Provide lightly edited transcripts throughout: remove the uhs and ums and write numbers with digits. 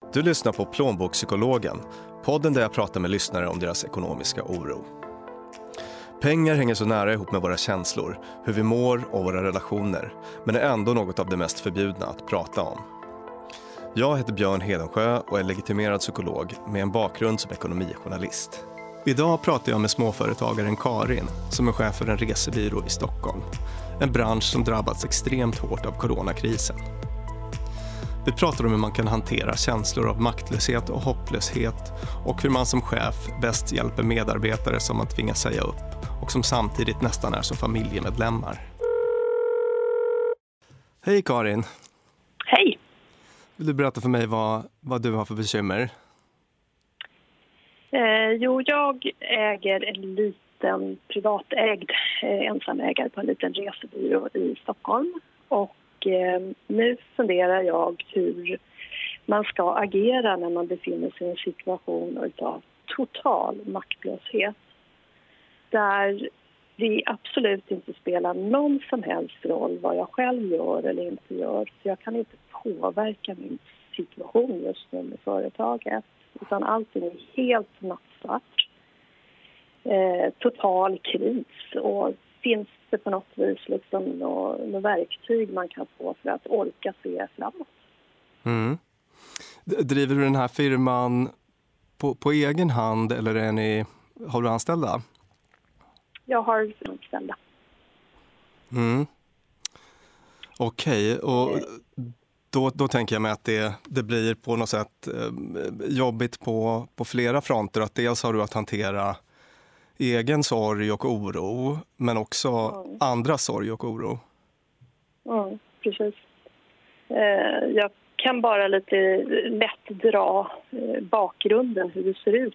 Du lyssnar på Plånbokspsykologen, podden där jag pratar med lyssnare om deras ekonomiska oro. Pengar hänger så nära ihop med våra känslor, hur vi mår och våra relationer, men är ändå något av det mest förbjudna att prata om. Jag heter Björn Hedensjö och är legitimerad psykolog med en bakgrund som ekonomijournalist. Idag pratar jag med småföretagaren Karin som är chef för en resebyrå i Stockholm. En bransch som drabbats extremt hårt av coronakrisen. Vi pratar om hur man kan hantera känslor av maktlöshet och hopplöshet och hur man som chef bäst hjälper medarbetare som man tvingas säga upp och som samtidigt nästan är som familjemedlemmar. Hej Karin! Hej! Vill du berätta för mig vad du har för bekymmer? Jag äger en liten privatägd ensamägare på en liten resebyrå i Stockholm. Och nu funderar jag hur man ska agera när man befinner sig i en situation av total maktlöshet. Där det absolut inte spelar någon som helst roll vad jag själv gör eller inte gör. Så jag kan inte påverka min situation just nu med företaget. Utan allting är helt nattsvart. Total kris. Och finns det på något vis liksom något verktyg man kan få för att orka se framåt? Mm. Driver du den här firman på egen hand eller har du anställda? Jag har anställda. Mm. Okej, och då tänker jag mig att det blir på något sätt jobbigt på flera fronter. Att dels har du att hantera egen sorg och oro, men också andras sorg och oro. Ja, precis. Jag kan bara lite lätt dra bakgrunden hur det ser ut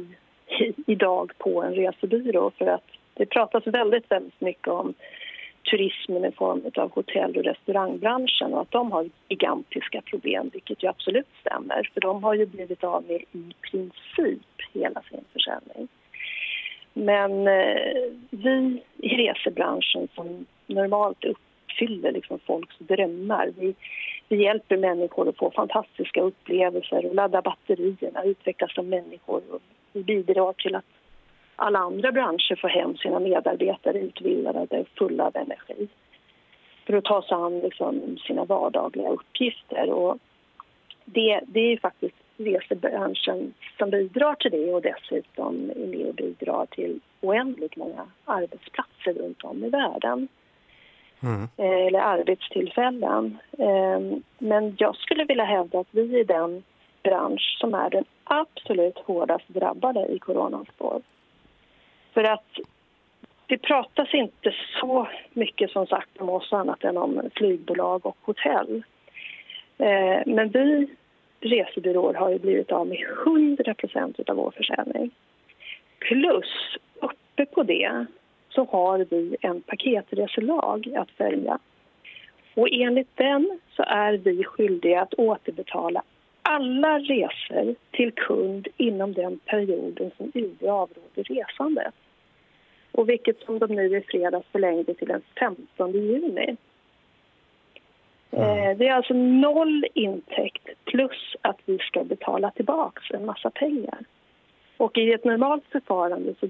idag på en resebyrå. För att det pratas väldigt, väldigt mycket om turismen i form av hotell- och restaurangbranschen och att de har gigantiska problem, vilket ju absolut stämmer. För de har ju blivit av med i princip hela sin försäljning. Men vi i resebranschen som normalt uppfyller liksom folks drömmar, vi hjälper människor att få fantastiska upplevelser och ladda batterierna, utvecklas som människor och vi bidrar till att alla andra branscher får hem sina medarbetare utbildade och fulla av energi för att ta sig an liksom sina vardagliga uppgifter. Och det är ju faktiskt resebranschen som bidrar till det och dessutom är med och bidrar till oändligt många arbetsplatser runt om i världen. Eller arbetstillfällen. Men jag skulle vilja hävda att vi är den bransch som är den absolut hårdast drabbade i coronans spår. För att det pratas inte så mycket som sagt om oss annat än om flygbolag och hotell. Men vi resebyråer har ju blivit av med 100% av vår försäljning. Plus uppe på det så har vi en paketreselag att följa. Och enligt den så är vi skyldiga att återbetala alla resor till kund inom den perioden som UD avråder resandet. Och vilket som de nu i fredags förlängde till den 15 juni. Det är alltså 0 intäkt plus att vi ska betala tillbaka en massa pengar. Och i ett normalt förfarande så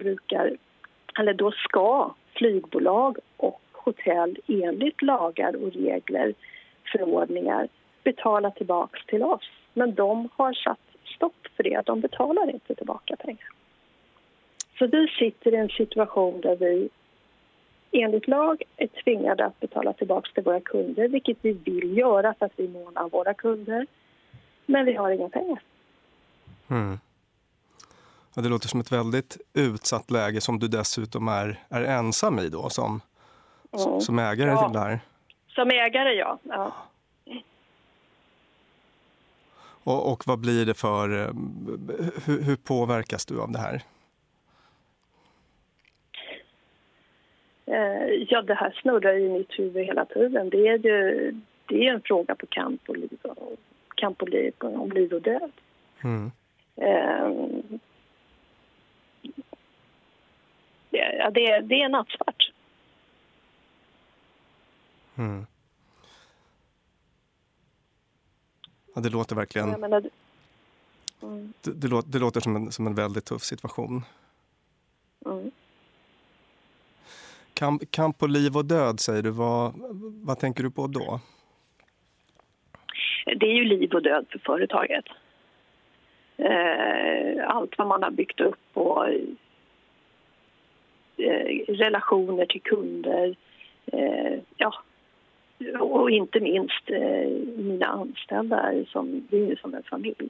då ska flygbolag och hotell enligt lagar och regler, förordningar betala tillbaka till oss. Men de har satt stopp för det. De betalar inte tillbaka pengar. Så vi sitter i en situation där vi enligt lag är tvingade att betala tillbaka till våra kunder. Vilket vi vill göra för att vi månar våra kunder. Men vi har inga pengar. Ja, det låter som ett väldigt utsatt läge som du dessutom är ensam i då som ägare till det här. Som ägare, ja. Och vad blir det för... Hur påverkas du av det här? Ja, det här snurrar i mitt huvud hela tiden. Det är en fråga på kamp och liv, om liv och död. Det är nattsvart. Ja, det låter verkligen Det låter som en väldigt tuff situation. Mm. Kamp på liv och död, säger du. Vad tänker du på då? Det är ju liv och död för företaget. Allt vad man har byggt upp och relationer till kunder. Och inte minst mina anställda, det är ju som en familj.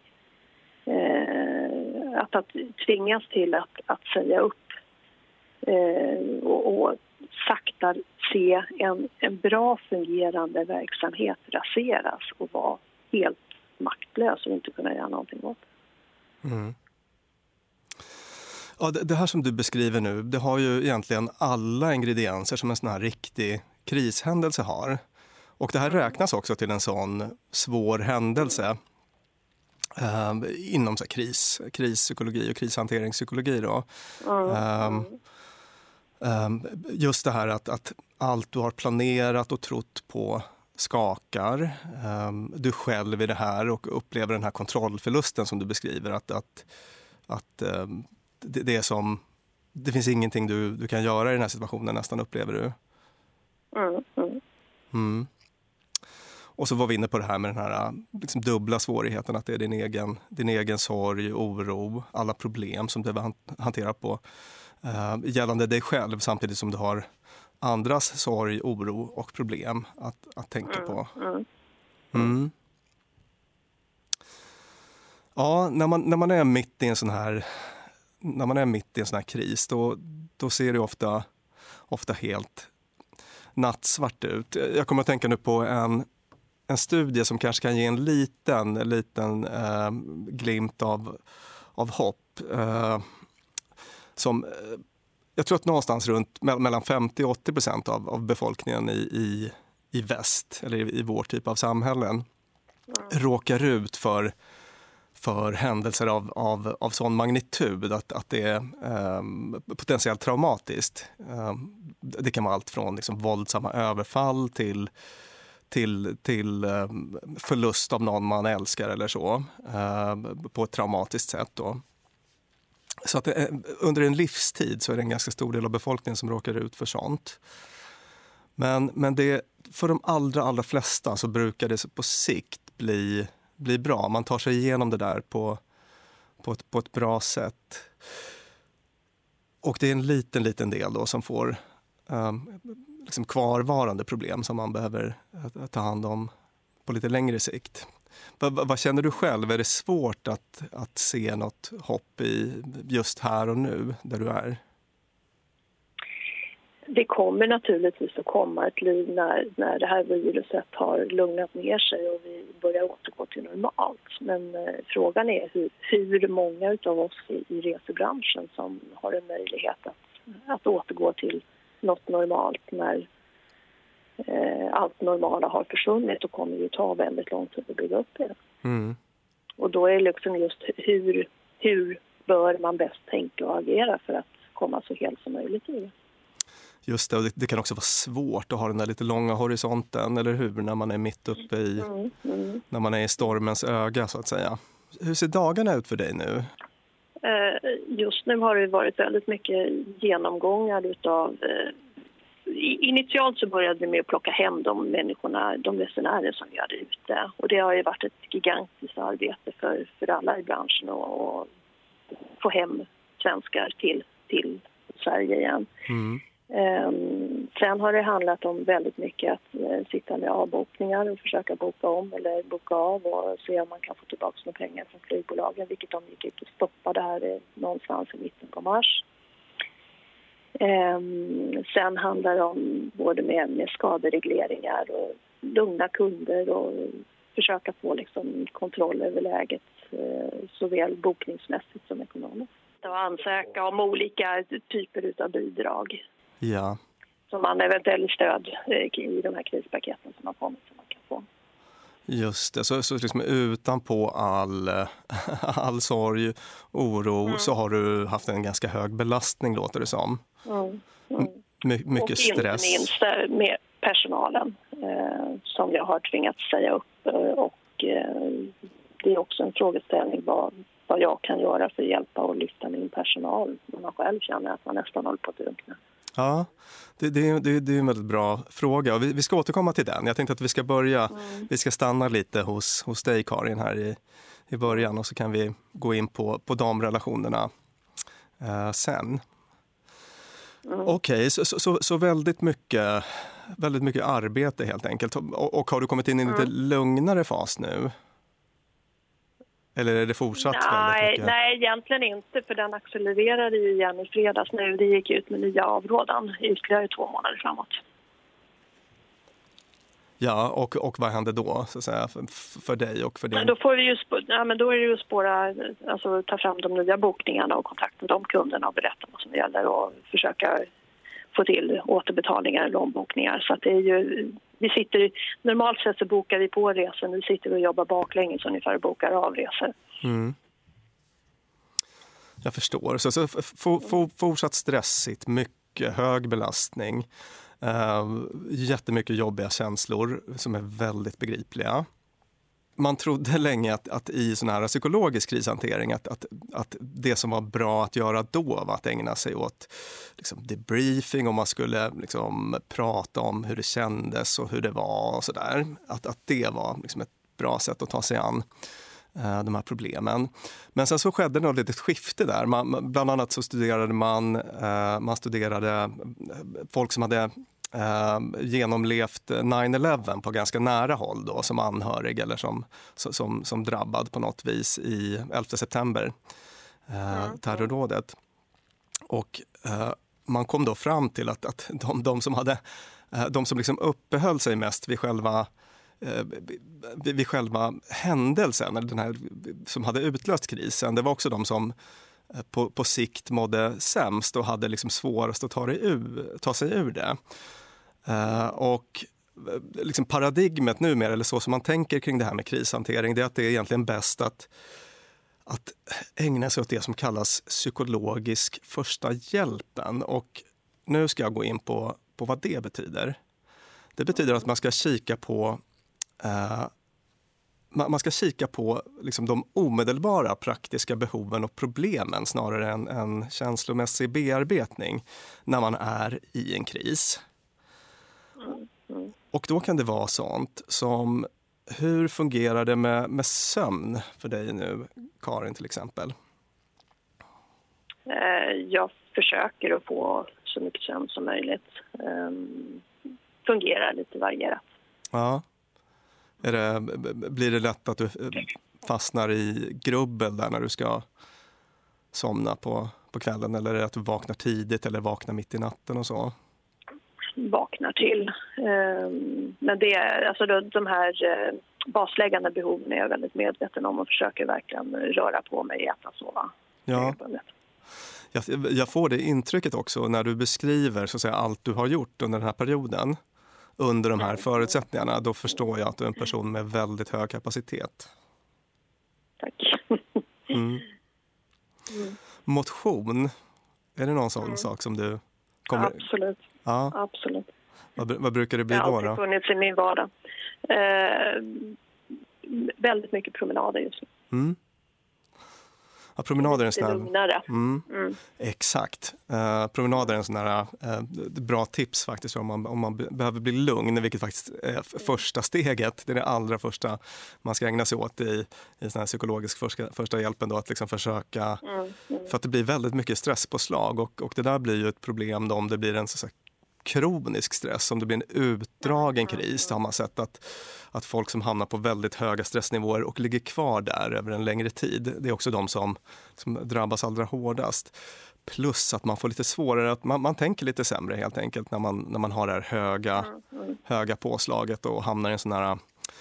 Att tvingas till att säga upp och sakta se en bra fungerande verksamhet raseras och vara helt maktlös och inte kunna göra någonting åt. Mm. Ja, det här som du beskriver nu, det har ju egentligen alla ingredienser som en sån här riktig krishändelse har. Och det här räknas också till en sån svår händelse inom så här krispsykologi och krishanteringspsykologi då. Just det här att allt du har planerat och trott på skakar. Du själv i det här och upplever den här kontrollförlusten som du beskriver. Att det är som, det finns ingenting du kan göra i den här situationen nästan, upplever du. Mm. Och så var vi inne på det här med den här liksom dubbla svårigheten, att det är din egen sorg, oro, alla problem som du hanterar på gällande dig själv, samtidigt som du har andras sorg, oro och problem att tänka på. Mm. Ja, när man är mitt i en sån här kris, då ser det ofta helt nattsvart ut. Jag kommer att tänka nu på en studie som kanske kan ge en liten glimt av hopp. Som jag tror att någonstans runt mellan 50-80% av befolkningen i väst, eller i vår typ av samhällen, råkar ut för händelser av sån magnitud att det är potentiellt traumatiskt. Det kan vara allt från liksom våldsamma överfall till förlust av någon man älskar eller så, på ett traumatiskt sätt då. Så att under en livstid så är det en ganska stor del av befolkningen som råkar ut för sånt. Men det, för de allra flesta så brukar det på sikt bli bra. Man tar sig igenom det där på ett bra sätt. Och det är en liten del då som får liksom kvarvarande problem som man behöver ta hand om på lite längre sikt. Vad känner du själv? Är det svårt att se något hopp i just här och nu där du är? Det kommer naturligtvis att komma ett liv när det här viruset har lugnat ner sig och vi börjar återgå till normalt. Men frågan är hur många av oss i resebranschen som har en möjlighet att återgå till något normalt när allt normala har försvunnit, och kommer ju ta väldigt lång tid att bygga upp det. Mm. Och då är det liksom just hur bör man bäst tänka och agera för att komma så helt som möjligt i det. Just det, och det kan också vara svårt att ha den där lite långa horisonten, eller hur? När man är mitt uppe i, när man är i stormens öga så att säga. Hur ser dagarna ut för dig nu? Just nu har det varit väldigt mycket genomgångar utav... Initialt så började vi med att plocka hem de resenärer som vi hade ute. Och det har ju varit ett gigantiskt arbete för alla i branschen att få hem svenskar till Sverige igen. Mm. Sen har det handlat om väldigt mycket att sitta med avbokningar och försöka boka om eller boka av och se om man kan få tillbaka några pengar från flygbolagen, vilket de gick ut och stoppade här någonstans i mitten på mars. Sen handlar det om både med skaderegleringar och lugna kunder och försöka få liksom kontroll över läget såväl bokningsmässigt som ekonomiskt. Och ansöka om olika typer av bidrag. Ja. Som man eventuellt stöd i de här krispaketen som har kommit som man kan få. Just det, så liksom utanpå all sorg, oro så har du haft en ganska hög belastning, låter det som. Mycket och stress. Och inte minst med personalen som jag har tvingats säga upp, och det är också en frågeställning vad jag kan göra för att hjälpa och lyfta min personal när man själv känner att man nästan håller på att drunkna. Ja, det är en väldigt bra fråga och vi ska återkomma till den. Jag tänkte att vi ska börja, vi ska stanna lite hos dig Karin här i början och så kan vi gå in på de relationerna sen. Okej, så väldigt mycket arbete helt enkelt. Och har du kommit in i en lite lugnare fas nu? Eller är det fortsatt väldigt mycket? Nej, egentligen inte, för den accelererade ju igen i fredags nu. Det gick ut med nya avrådan i ytterligare 2 månader framåt. Ja, och vad händer då så att säga, för dig och för din? Då får vi ju då är det ju spåra, alltså ta fram de nya bokningarna och kontakta de kunderna och berätta vad som gäller och försöka få till återbetalningar eller ombokningar. Så att det är ju, normalt sett så bokar vi på resor, nu sitter vi och jobbar baklänges ungefär och bokar av resor. Mm. Jag förstår. Så fortsatt stressigt, mycket hög belastning. Jättemycket jobbiga känslor som är väldigt begripliga. Man trodde länge att i sån här psykologisk krishantering att det som var bra att göra då var att ägna sig åt liksom, debriefing, och man skulle liksom, prata om hur det kändes och hur det var och sådär. Att det var liksom, ett bra sätt att ta sig an de här problemen. Men sen så skedde något litet skifte där. Bland annat så studerade man studerade folk som hade genomlevt 9/11 på ganska nära håll då, som anhörig eller som drabbad på något vis i 11 september, terrordådet. Och man kom då fram till att de som liksom uppehöll sig mest vid själva händelsen, eller den här som hade utlöst krisen, det var också de som på sikt mådde sämst och hade liksom svårast att ta sig ur det. Och liksom paradigmet numera, eller så som man tänker kring det här med krishantering, det är att det är egentligen bäst att ägna sig åt det som kallas psykologisk första hjälpen. Och nu ska jag gå in på vad det betyder. Det betyder att man ska kika på liksom de omedelbara praktiska behoven och problemen snarare än en känslomässig bearbetning när man är i en kris. Och då kan det vara sånt som, hur fungerar det med sömn för dig nu, Karin, till exempel? Jag försöker att få så mycket sömn som möjligt. Fungerar lite varierat. Ja. Blir det lätt att du fastnar i grubbel där när du ska somna på kvällen, eller är det att du vaknar tidigt eller vaknar mitt i natten och så? Vaknar till. Men det är, alltså de här basläggande behoven är jag väldigt medveten om och försöker verkligen röra på mig, äta, sova. Ja. Jag får det intrycket också när du beskriver så att säga, allt du har gjort under den här perioden, under de här förutsättningarna. Då förstår jag att du är en person med väldigt hög kapacitet. Tack. Motion, är det någon sån sak som du kommer... Absolut. Ja. Absolut. Vad brukar det bli då? Det har alltid funnits i min vardag. Väldigt mycket promenader just nu. Ja, promenader är en sån här... lugnare. Exakt. Promenader är en sån här bra tips faktiskt om man behöver bli lugn, vilket faktiskt är första steget. Det är det allra första man ska ägna sig åt i sån här psykologisk första hjälpen då, att liksom försöka, för att det blir väldigt mycket stresspåslag och det där blir ju ett problem då, om det blir en så kronisk stress, om det blir en utdragen kris. Då har man sett att folk som hamnar på väldigt höga stressnivåer och ligger kvar där över en längre tid, det är också de som drabbas allra hårdast. Plus att man får lite svårare, att man tänker lite sämre helt enkelt när man har det här höga påslaget och hamnar i en sån här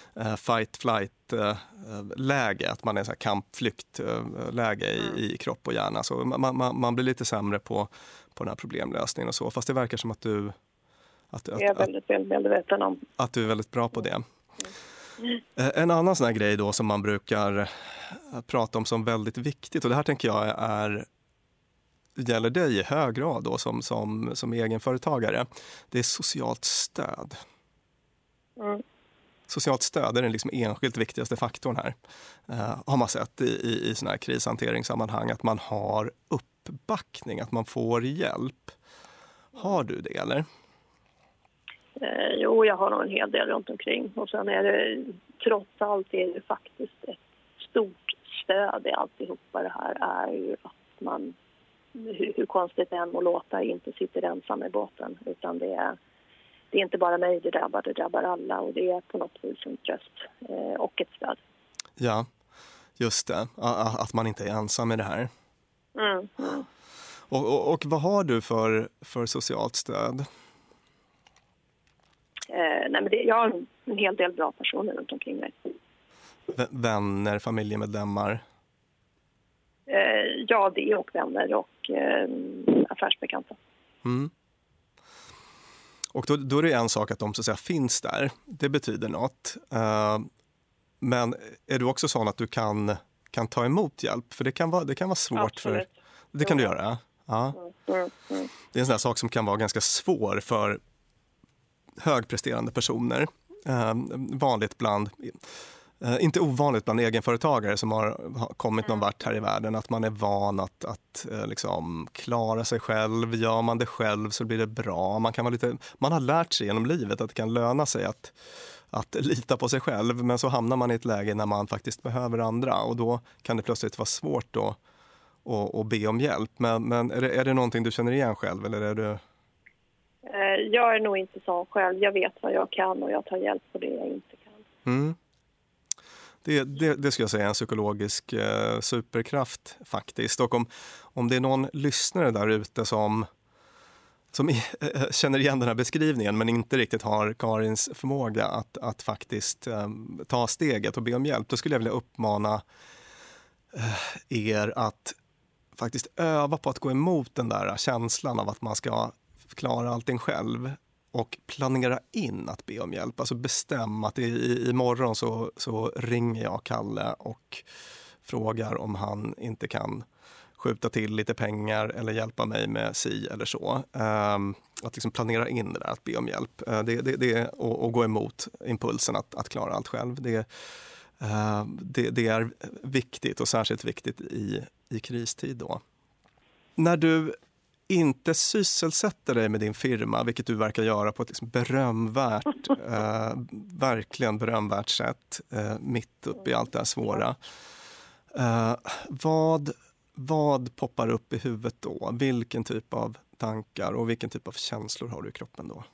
fight-flight-läge, att man är så här kamp-flykt-läge i kropp och hjärna. Så man blir lite sämre på den här problemlösningen och så. Fast det verkar som att du... Jag är väldigt medveten om. Att du är väldigt bra på det. En annan sån här grej då som man brukar prata om som väldigt viktigt, och det här tänker jag gäller dig i hög grad då som egenföretagare, det är socialt stöd. socialt stöd är den liksom enskilt viktigaste faktorn här. Har man sett i såna här krishanteringssammanhang, att man har uppbackning, att man får hjälp. Har du det eller? Jo, jag har nog en hel del runt omkring. Och sen är det, trots allt är det faktiskt ett stort stöd i alltihopa det här är ju att man, hur konstigt det än må låta, inte sitter ensam i båten. Utan det är inte bara mig det drabbar alla, och det är på något vis en tröst och ett stöd. Ja, just det. Att man inte är ensam i det här. Mm. Och vad har du för socialt stöd? Nej, men jag har en hel del bra personer runt omkring mig. Vänner, familjemedlemmar? Ja, det och vänner och affärsbekanta. Mm. Och då är det en sak att de så att säga finns där. Det betyder något. Men är du också sån att du kan ta emot hjälp? För det kan vara svårt. Absolut. Det kan du göra? Ja. Mm. Det är en sån här sak som kan vara ganska svår för högpresterande personer. Vanligt bland... inte ovanligt bland egenföretagare som har kommit någon vart här i världen, att man är van att liksom klara sig själv. Gör man det själv så blir det bra. Man har lärt sig genom livet att det kan löna sig att lita på sig själv, men så hamnar man i ett läge när man faktiskt behöver andra, och då kan det plötsligt vara svårt att be om hjälp. Men är det någonting du känner igen själv, eller är du... Jag är nog inte så själv. Jag vet vad jag kan och jag tar hjälp på det jag inte kan. Mm. Det skulle jag säga är en psykologisk superkraft faktiskt. Och om det är någon lyssnare där ute som känner igen den här beskrivningen men inte riktigt har Karins förmåga att faktiskt ta steget och be om hjälp, då skulle jag vilja uppmana er att faktiskt öva på att gå emot den där känslan av att man ska klara allting själv och planera in att be om hjälp. Alltså bestämma att imorgon så ringer jag Kalle och frågar om han inte kan skjuta till lite pengar eller hjälpa mig med si eller så. Att liksom planera in det där, att be om hjälp. Det är att gå emot impulsen att klara allt själv. Det är viktigt, och särskilt viktigt i kristid då. När du inte sysselsätter dig med din firma, vilket du verkar göra på ett liksom verkligen berömvärt sätt, mitt uppe i allt det här svåra. Vad poppar upp i huvudet då? Vilken typ av tankar och vilken typ av känslor har du i kroppen då?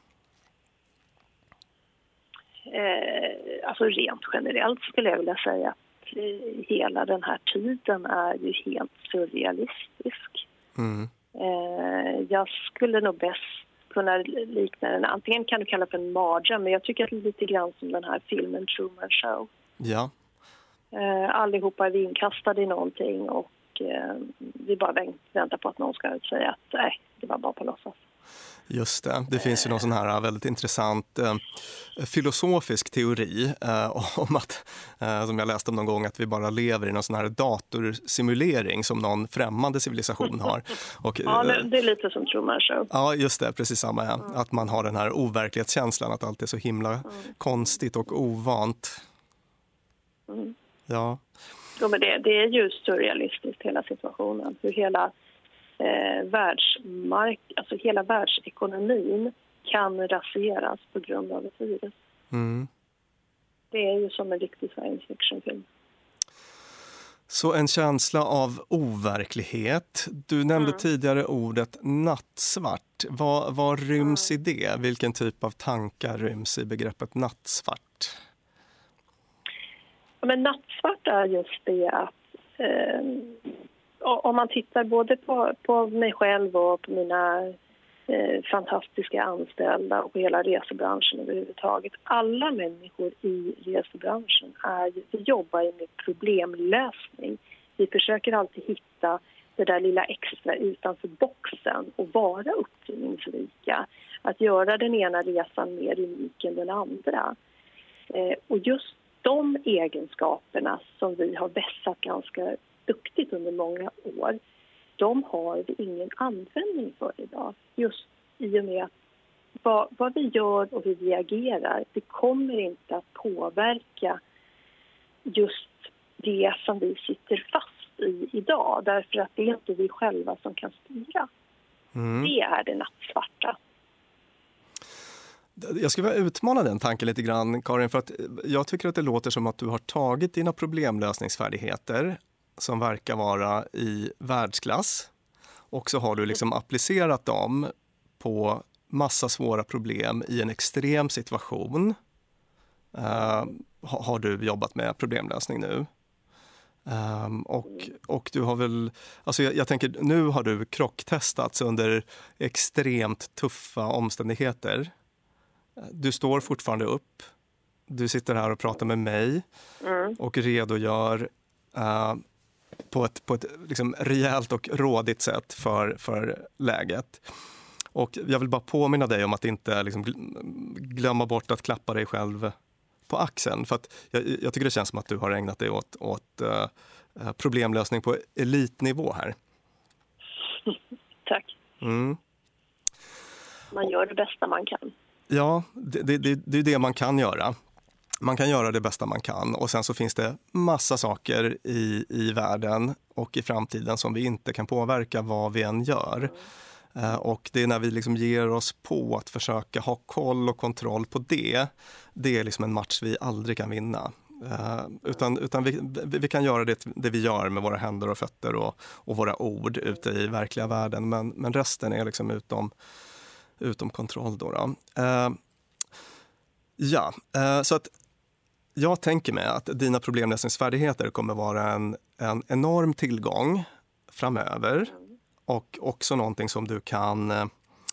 Alltså rent generellt skulle jag vilja säga att hela den här tiden är ju helt surrealistisk. Mm. Jag skulle nog bäst kunna likna den. Antingen kan du kalla för en mardröm, men jag tycker att det är lite grann som den här filmen Truman Show. Ja. Allihopa är vi inkastade i någonting och vi bara väntar på att någon ska säga att nej, det var bara på låtsas. Just det. Det finns ju någon sån här väldigt intressant filosofisk teori om att, som jag läste om någon gång, att vi bara lever i någon sån här datorsimulering som någon främmande civilisation har. Och, ja, det är lite som Truman Show. Ja, just det. Precis samma. Ja. Att man har den här overklighetskänslan, att allt är så himla konstigt och ovant. Mm. Ja. Ja, men det är ju surrealistiskt hela situationen. Hur hela hela världsekonomin kan raseras på grund av ett virus. Mm. Det är ju som en riktig science fiction-film. Så en känsla av overklighet. Du nämnde tidigare ordet nattsvart. Vad ryms i det? Vilken typ av tankar ryms i begreppet nattsvart? Ja, men nattsvart är just det att om man tittar både på mig själv och på mina fantastiska anställda och på hela resebranschen överhuvudtaget. Alla människor i resebranschen vi jobbar med problemlösning. Vi försöker alltid hitta det där lilla extra utanför boxen och vara uppfinningsrika. Att göra den ena resan mer unik än den andra. Och just de egenskaperna som vi har vässat ganska duktigt under många år, de har vi ingen användning för idag. Just i och med att vad vi gör och hur vi agerar, det kommer inte att påverka just det som vi sitter fast i idag. Därför att det är inte vi själva som kan styra. Det är det nattsvarta. Jag skulle vilja utmana den tanken lite grann, Karin, för att jag tycker att det låter som att du har tagit dina problemlösningsfärdigheter som verkar vara i världsklass och så har du liksom applicerat dem på massa svåra problem i en extrem situation. Har du jobbat med problemlösning nu? Och du har väl, alltså jag tänker, nu har du krocktestats under extremt tuffa omständigheter. Du står fortfarande upp. Du sitter här och pratar med mig och redogör på ett liksom rejält och rådigt sätt för läget. Och jag vill bara påminna dig om att inte liksom glömma bort att klappa dig själv på axeln. För att jag tycker det känns som att du har ägnat dig åt problemlösning på elitnivå här. Tack. Man gör det bästa man kan. Ja, det är det man kan göra. Man kan göra det bästa man kan och sen så finns det massa saker i världen och i framtiden som vi inte kan påverka vad vi än gör. Och det är när vi liksom ger oss på att försöka ha koll och kontroll på det är liksom en match vi aldrig kan vinna. Utan vi kan göra det vi gör med våra händer och fötter och våra ord ute i verkliga världen, men resten är liksom utom kontroll då. Så att jag tänker mig att dina problemlösningsfärdigheter kommer vara en enorm tillgång framöver och också någonting som du kan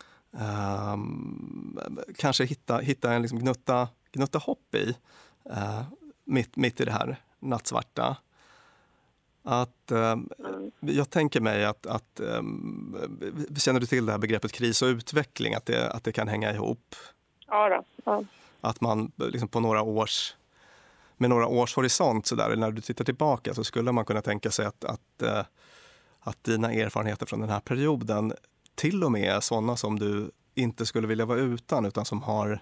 kanske hitta en liksom gnutta hopp i mitt i det här nattsvarta. Att jag tänker mig att känner du till det här begreppet kris och utveckling, att det kan hänga ihop? Ja. Att man liksom med några års horisont så där, när du tittar tillbaka så skulle man kunna tänka sig att dina erfarenheter från den här perioden till och med är sådana som du inte skulle vilja vara utan som har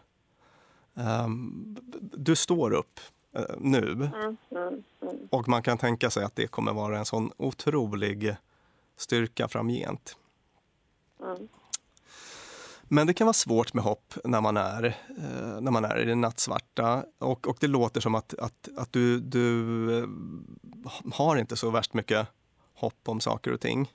du står upp nu. Och man kan tänka sig att det kommer vara en sån otrolig styrka framgent. Men det kan vara svårt med hopp när man är i det nattsvarta. Och det låter som att du har inte så värst mycket hopp om saker och ting.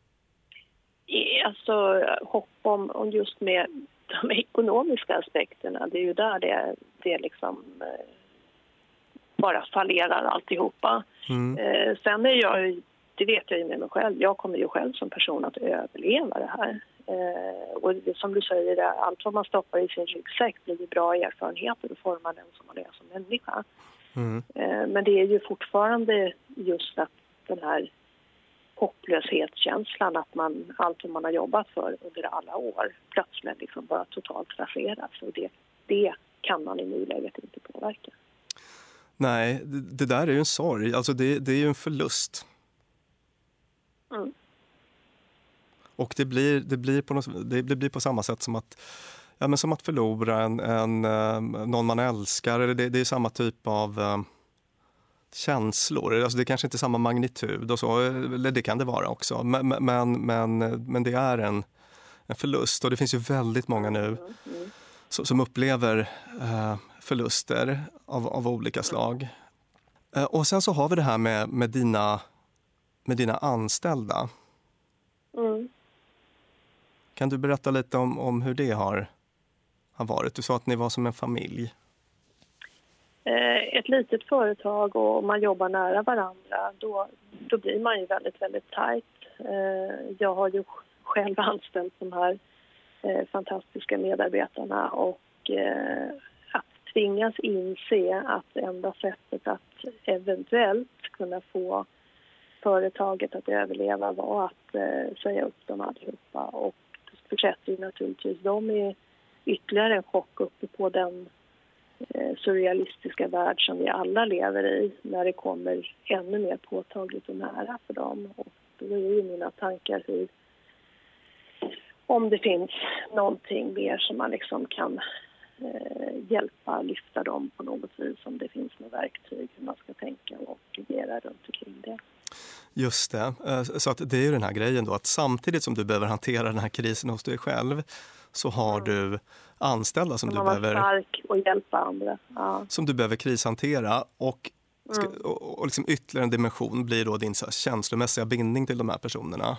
Alltså hopp om just med de ekonomiska aspekterna. Det är ju där det liksom bara fallerar alltihopa. Sen är jag, det vet jag ju med mig själv, jag kommer ju själv som person att överleva det här. Och det, som du säger, allt vad man stoppar i sin ryggsäck blir ju bra erfarenheter och formar den som man är som människa. Men det är ju fortfarande just att den här hopplöshetskänslan, att allt som man har jobbat för under alla år plötsligt liksom bara totalt raseras, och det kan man i nuläget inte påverka. Nej, det där är ju en sorg. Alltså det är ju en förlust. Och det blir på samma sätt som att som att förlora någon man älskar, eller det är samma typ av känslor. Alltså det är kanske inte samma magnitud och så, eller det kan det vara också. Men det är en förlust, och det finns ju väldigt många nu som upplever förluster av olika slag. Och sen så har vi det här med dina anställda. Kan du berätta lite om hur det har varit? Du sa att ni var som en familj. Ett litet företag och man jobbar nära varandra, då blir man ju väldigt, väldigt tajt. Jag har ju själv anställt de här fantastiska medarbetarna, och att tvingas inse att enda sättet att eventuellt kunna få företaget att överleva var att säga upp dem allihopa, och försätter ju naturligtvis dem i ytterligare en chock uppe på den surrealistiska värld som vi alla lever i, när det kommer ännu mer påtagligt och nära för dem. Och då är ju mina tankar om det finns någonting mer som man liksom kan hjälpa, lyfta dem på något vis, om det finns några verktyg hur man ska tänka och agera runt omkring det. Just det. Så att det är ju den här grejen då, att samtidigt som du behöver hantera den här krisen hos dig själv så har du anställda som du behöver... stark och hjälpa andra. Ja. Som du behöver krishantera och liksom ytterligare en dimension blir då din så här känslomässiga bindning till de här personerna.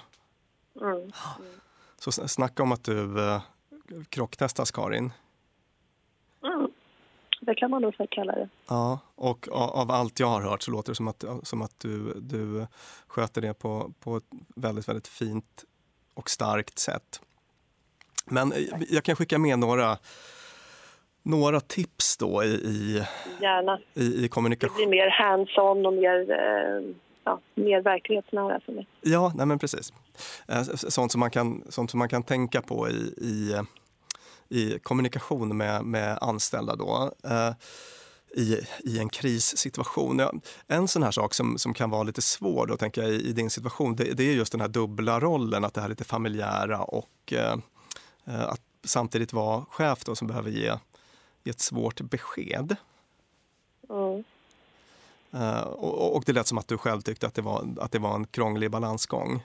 Så snacka om att du krocktestas, Karin. Det kan man nog så kalla det. Ja, och av allt jag har hört så låter det som att du sköter det på ett väldigt, väldigt fint och starkt sätt. Men jag kan skicka med några tips då i kommunikation. Det blir mer hands-on och mer verklighetsnära för mig. Ja, nej men precis. Sånt som man kan tänka på i kommunikation med anställda då, i en krissituation. Ja, en sån här sak som kan vara lite svår då, tänker jag, i din situation, det är just den här dubbla rollen, att det här är lite familjära och att samtidigt vara chef då, som behöver ge ett svårt besked. Och det lät som att du själv tyckte att det var en krånglig balansgång.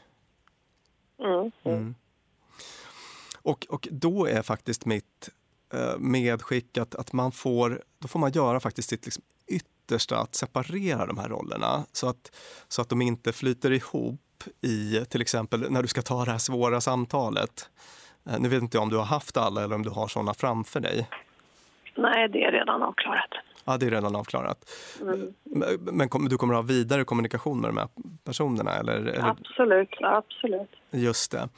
Och då är faktiskt mitt medskick att då får man göra faktiskt sitt liksom yttersta att separera de här rollerna så att de inte flyter ihop i till exempel när du ska ta det här svåra samtalet. Nu vet inte jag om du har haft alla eller om du har sådana framför dig. Nej, det är redan avklarat. Ja, det är redan avklarat. Men du kommer att ha vidare kommunikation med de här personerna? Eller? Absolut. Just det.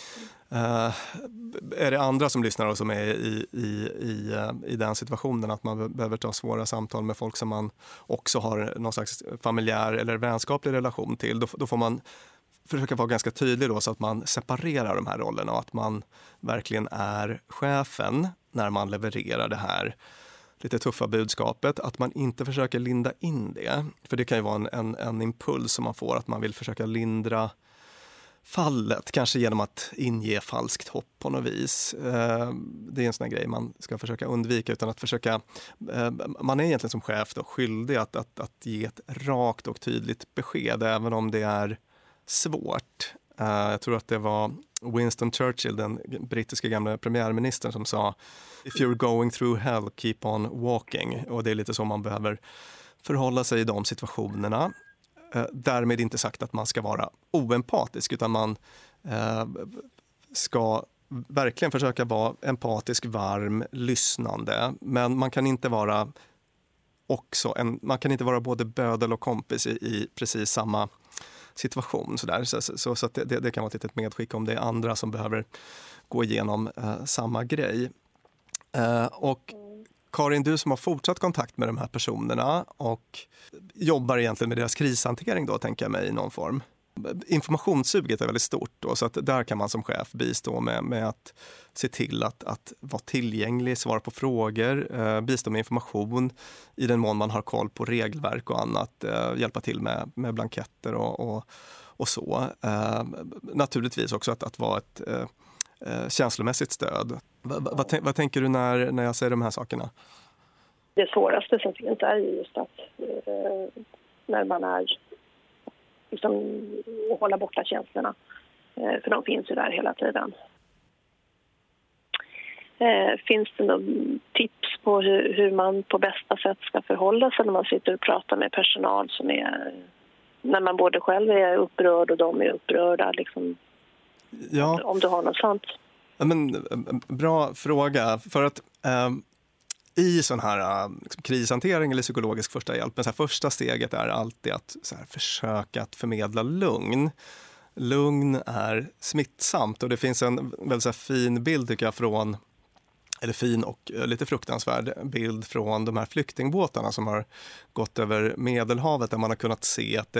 Är det andra som lyssnar och som är i den situationen att man behöver ta svåra samtal med folk som man också har någon slags familjär eller vänskaplig relation till, då får man försöka vara ganska tydlig då, så att man separerar de här rollerna och att man verkligen är chefen när man levererar det här lite tuffa budskapet, att man inte försöker linda in det. För det kan ju vara en impuls som man får, att man vill försöka lindra fallet, kanske genom att inge falskt hopp på något vis. Det är en sån här grej man ska försöka undvika, utan att försöka... Man är egentligen som chef då skyldig att ge ett rakt och tydligt besked, även om det är svårt. Jag tror att det var Winston Churchill, den brittiska gamla premiärministern, som sa "If you're going through hell, keep on walking". Och det är lite så man behöver förhålla sig i de situationerna. Därmed inte sagt att man ska vara oempatisk, utan man ska verkligen försöka vara empatisk, varm, lyssnande. Men man kan inte vara både bödel och kompis i precis samma situation. Så att det kan vara ett litet medskick om det är andra som behöver gå igenom samma grej. Och Karin, du som har fortsatt kontakt med de här personerna och jobbar egentligen med deras krishantering då, tänker jag mig, i någon form. Informationssuget är väldigt stort då, så att där kan man som chef bistå med att se till att vara tillgänglig, svara på frågor, bistå med information i den mån man har koll på regelverk och annat, hjälpa till med blanketter och så. Naturligtvis också att vara ett känslomässigt stöd. Vad tänker du när jag säger de här sakerna? Det svåraste som finns är just att när man är liksom, att hålla borta känslorna, för de finns ju där hela tiden. Finns det någon tips på hur man på bästa sätt ska förhålla sig när man sitter och pratar med personal som är, när man både själv är upprörd och de är upprörda, liksom, ja. Om du har något sånt? Men, bra fråga, för att i sån här liksom, krishantering eller psykologisk första hjälp, men så här, första steget är alltid att så här, försöka att förmedla lugn. Lugn är smittsamt, och det finns en väldigt så här, fin bild tycker jag fin och lite fruktansvärd bild från de här flyktingbåtarna som har gått över Medelhavet, där man har kunnat se att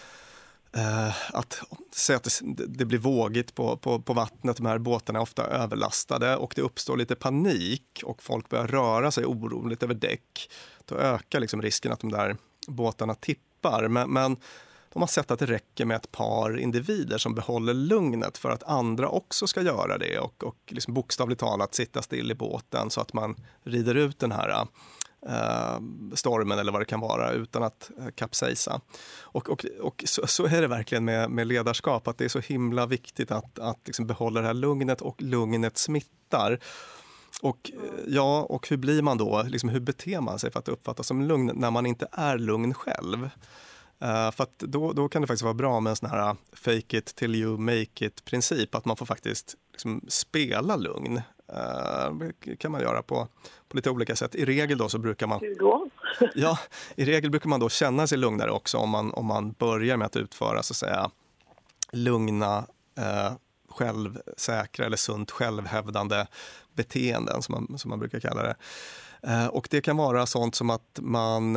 det blir vågigt på vattnet. De här båtarna är ofta överlastade och det uppstår lite panik och folk börjar röra sig oroligt över däck. Då ökar liksom risken att de där båtarna tippar. Men de har sett att det räcker med ett par individer som behåller lugnet för att andra också ska göra det och liksom bokstavligt talat sitta still i båten så att man rider ut den här stormen eller vad det kan vara utan att kapsejsa. Och så är det verkligen med ledarskap, att det är så himla viktigt att liksom behålla det här lugnet, och lugnet smittar. Och hur blir man då? Liksom, hur beter man sig för att uppfattas som lugn när man inte är lugn själv? För att då kan det faktiskt vara bra med en sån här fake it till you make it-princip, att man får faktiskt liksom spela lugn. Det kan man göra på lite olika sätt. I regel då så brukar man... I regel brukar man då känna sig lugnare också om man börjar med att utföra så att säga lugna, självsäkra eller sunt självhävdande beteenden som man brukar kalla det. Och det kan vara sånt som att man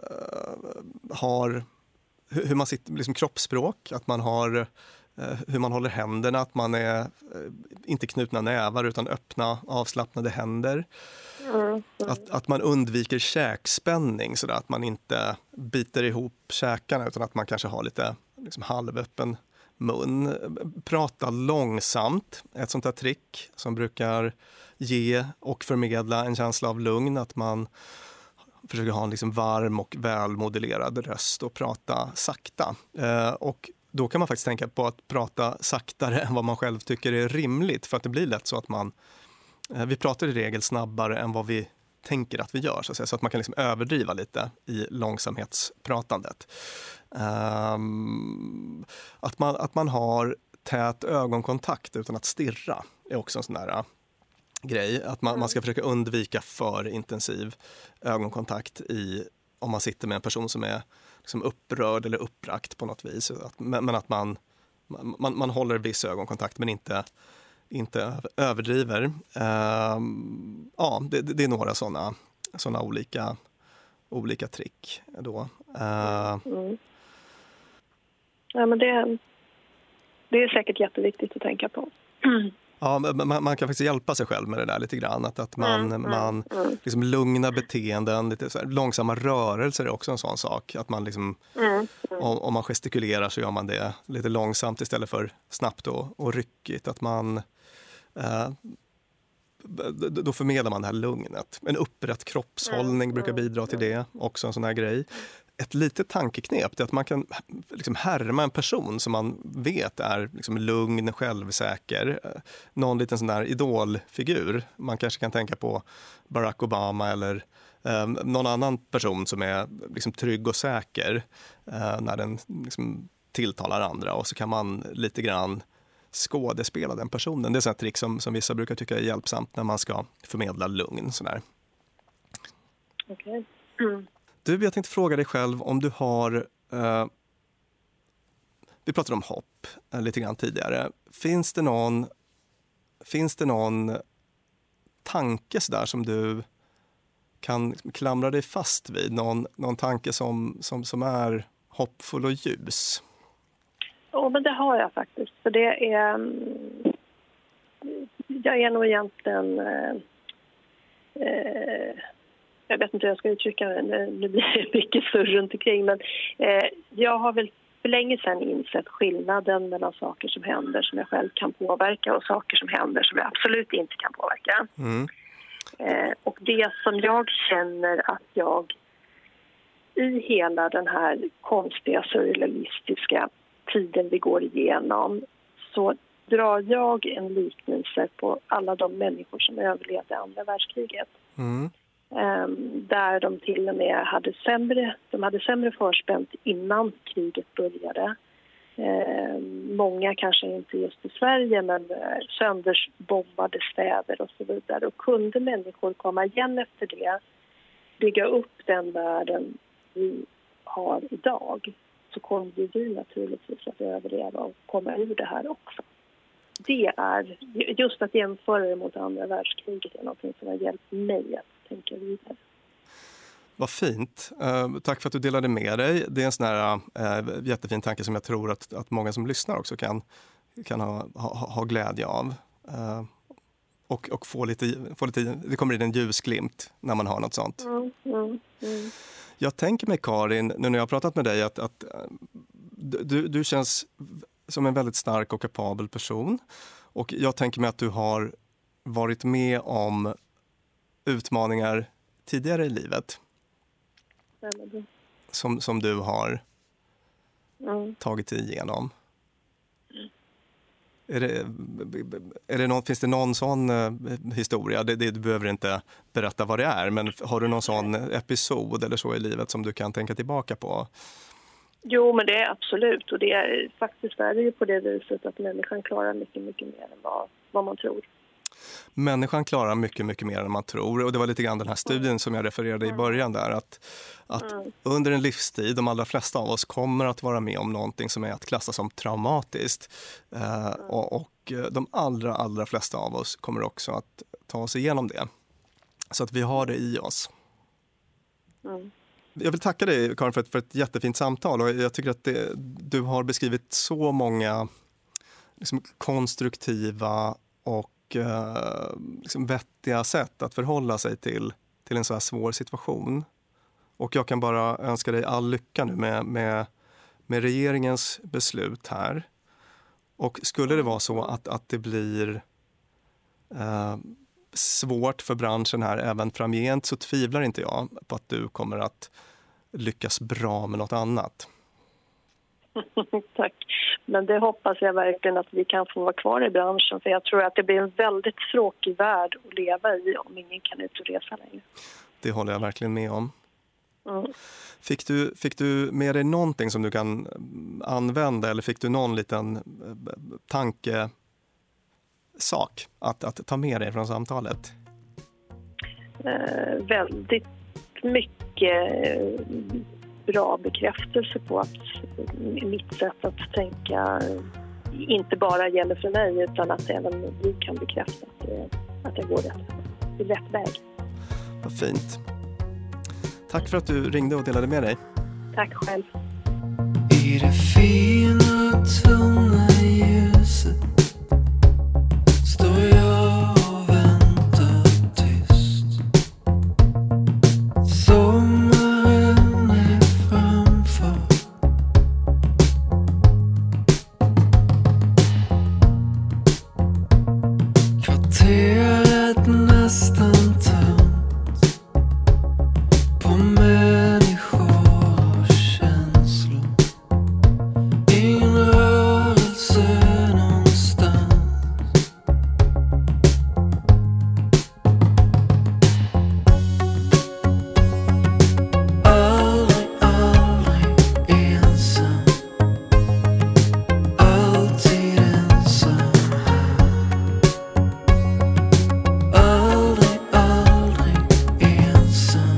har hur man sitter, liksom kroppsspråk, att man har hur man håller händerna, att man är inte knutna nävar utan öppna, avslappnade händer. Att man undviker käkspänning, så att man inte biter ihop käkarna utan att man kanske har lite liksom halvöppen mun. Prata långsamt, ett sånt här trick som brukar ge och förmedla en känsla av lugn, att man försöker ha en liksom varm och välmodellerad röst och prata sakta. Och då kan man faktiskt tänka på att prata saktare än vad man själv tycker är rimligt, för att det blir lätt så att vi pratar i regel snabbare än vad vi tänker att vi gör, så att man kan liksom överdriva lite i långsamhetspratandet. Att man har tät ögonkontakt utan att stirra är också en sån där grej. Att man ska försöka undvika för intensiv ögonkontakt om man sitter med en person som är liksom upprörd eller uppbragt på något vis. Men att man håller viss ögonkontakt men inte överdriver. Det är några såna olika trick då. Ja, men det är säkert jätteviktigt att tänka på. Ja, man kan faktiskt hjälpa sig själv med det där lite grann. Att man liksom lugnar beteenden, lite så här, långsamma rörelser är också en sån sak. Att man liksom, om man gestikulerar så gör man det lite långsamt istället för snabbt och ryckigt. Att man, då förmedlar man det här lugnet. En upprätt kroppshållning brukar bidra till det, också en sån här grej. Ett litet tankeknep är att man kan liksom härma en person som man vet är liksom lugn, självsäker. Någon liten sån där idolfigur. Man kanske kan tänka på Barack Obama eller någon annan person som är liksom trygg och säker när den liksom tilltalar andra. Och så kan man lite grann skådespela den personen. Det är ett trick som vissa brukar tycka är hjälpsamt när man ska förmedla lugn. Sådär. Okej. Du, jag tänkte fråga dig själv om du har... vi pratade om hopp lite grann tidigare. Finns det någon tanke så där som du kan klamra dig fast vid? Någon tanke som är hoppfull och ljus? Ja, men det har jag faktiskt. För det är... Jag är nog egentligen... jag vet inte hur jag ska uttrycka det, nu blir det mycket surr runt omkring, men jag har väl för länge sedan insett skillnaden mellan saker som händer som jag själv kan påverka och saker som händer som jag absolut inte kan påverka. Och det som jag känner att jag i hela den här konstiga surrealistiska tiden vi går igenom, så drar jag en liknelse på alla de människor som överlevde andra världskriget. Där de till och med hade sämre förspänt innan kriget började. Många kanske inte just i Sverige, men sönderbombade städer och så vidare. Och kunde människor komma igen efter det, bygga upp den världen vi har idag, så kommer vi naturligtvis att överleva och komma ur det här också. Det är just att jämföra det mot andra världskriget är något som har hjälpt mig att tänka vidare. Vad fint. Tack för att du delade med dig. Det är en sån här jättefin tanke som jag tror att många som lyssnar också kan ha glädje av. Och få lite, det kommer in en ljusglimt när man har något sånt. Jag tänker mig, Karin, nu när jag har pratat med dig, att du känns som en väldigt stark och kapabel person. Och jag tänker mig att du har varit med om utmaningar tidigare i livet. Som du har tagit dig igenom. Finns det någon sån historia? Du behöver inte berätta vad det är, men har du någon sån episod eller så i livet som du kan tänka tillbaka på? Jo, men det är absolut. Och det är faktiskt är det ju på det viset att människan klarar mycket, mycket mer än vad man tror. Människan klarar mycket, mycket mer än man tror. Och det var lite grann den här studien som jag refererade i början där. Att under en livstid, de allra flesta av oss kommer att vara med om någonting som är att klassa som traumatiskt. Och de allra flesta av oss kommer också att ta oss igenom det. Så att vi har det i oss. Jag vill tacka dig, Karin, för ett jättefint samtal. Och jag tycker att du har beskrivit så många liksom, konstruktiva och liksom vettiga sätt att förhålla sig till en så här svår situation. Och jag kan bara önska dig all lycka nu med regeringens beslut här. Och skulle det vara så att det blir svårt för branschen här även framgent, så tvivlar inte jag på att du kommer att lyckas bra med något annat. Tack. Men det hoppas jag verkligen att vi kan få vara kvar i branschen. För jag tror att det blir en väldigt tråkig värld att leva i om ingen kan ut och resa längre. Det håller jag verkligen med om. Fick du med dig någonting som du kan använda, eller fick du någon liten tankesak att ta med dig från samtalet? Väldigt mycket bra bekräftelse på att mitt sätt att tänka inte bara gäller för mig, utan att även vi kan bekräfta att jag går rätt väg. Vad fint. Tack för att du ringde och delade med dig. Tack själv. I det fina tunna ljuset står jag och väntar tyst. Sommaren är framför. Kvarteret nästan tömt på människor och känslor. Ingen rörelse någonstans. Aldrig ensam. Alltid ensam här. Aldrig ensam.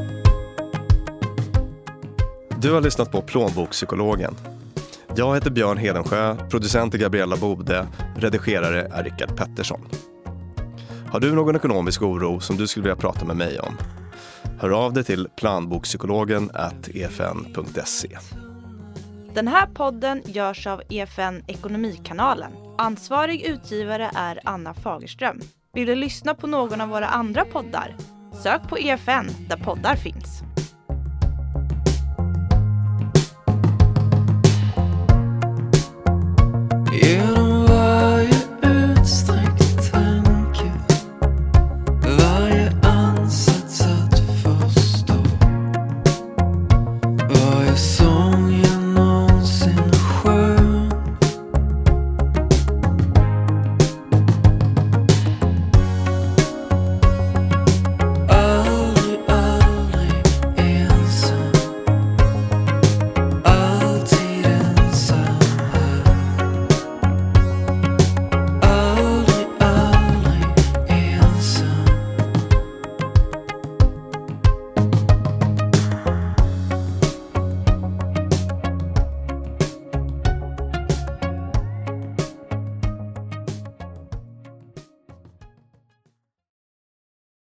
Du har lyssnat på Plånbokspsykologen. Jag heter Björn Hedensjö, producent är Gabriella Bode, redigerare är Rickard Pettersson. Har du någon ekonomisk oro som du skulle vilja prata med mig om? Hör av dig till planbokspsykologen@efn.se. Den här podden görs av EFN Ekonomikanalen. Ansvarig utgivare är Anna Fagerström. Vill du lyssna på någon av våra andra poddar? Sök på EFN där poddar finns.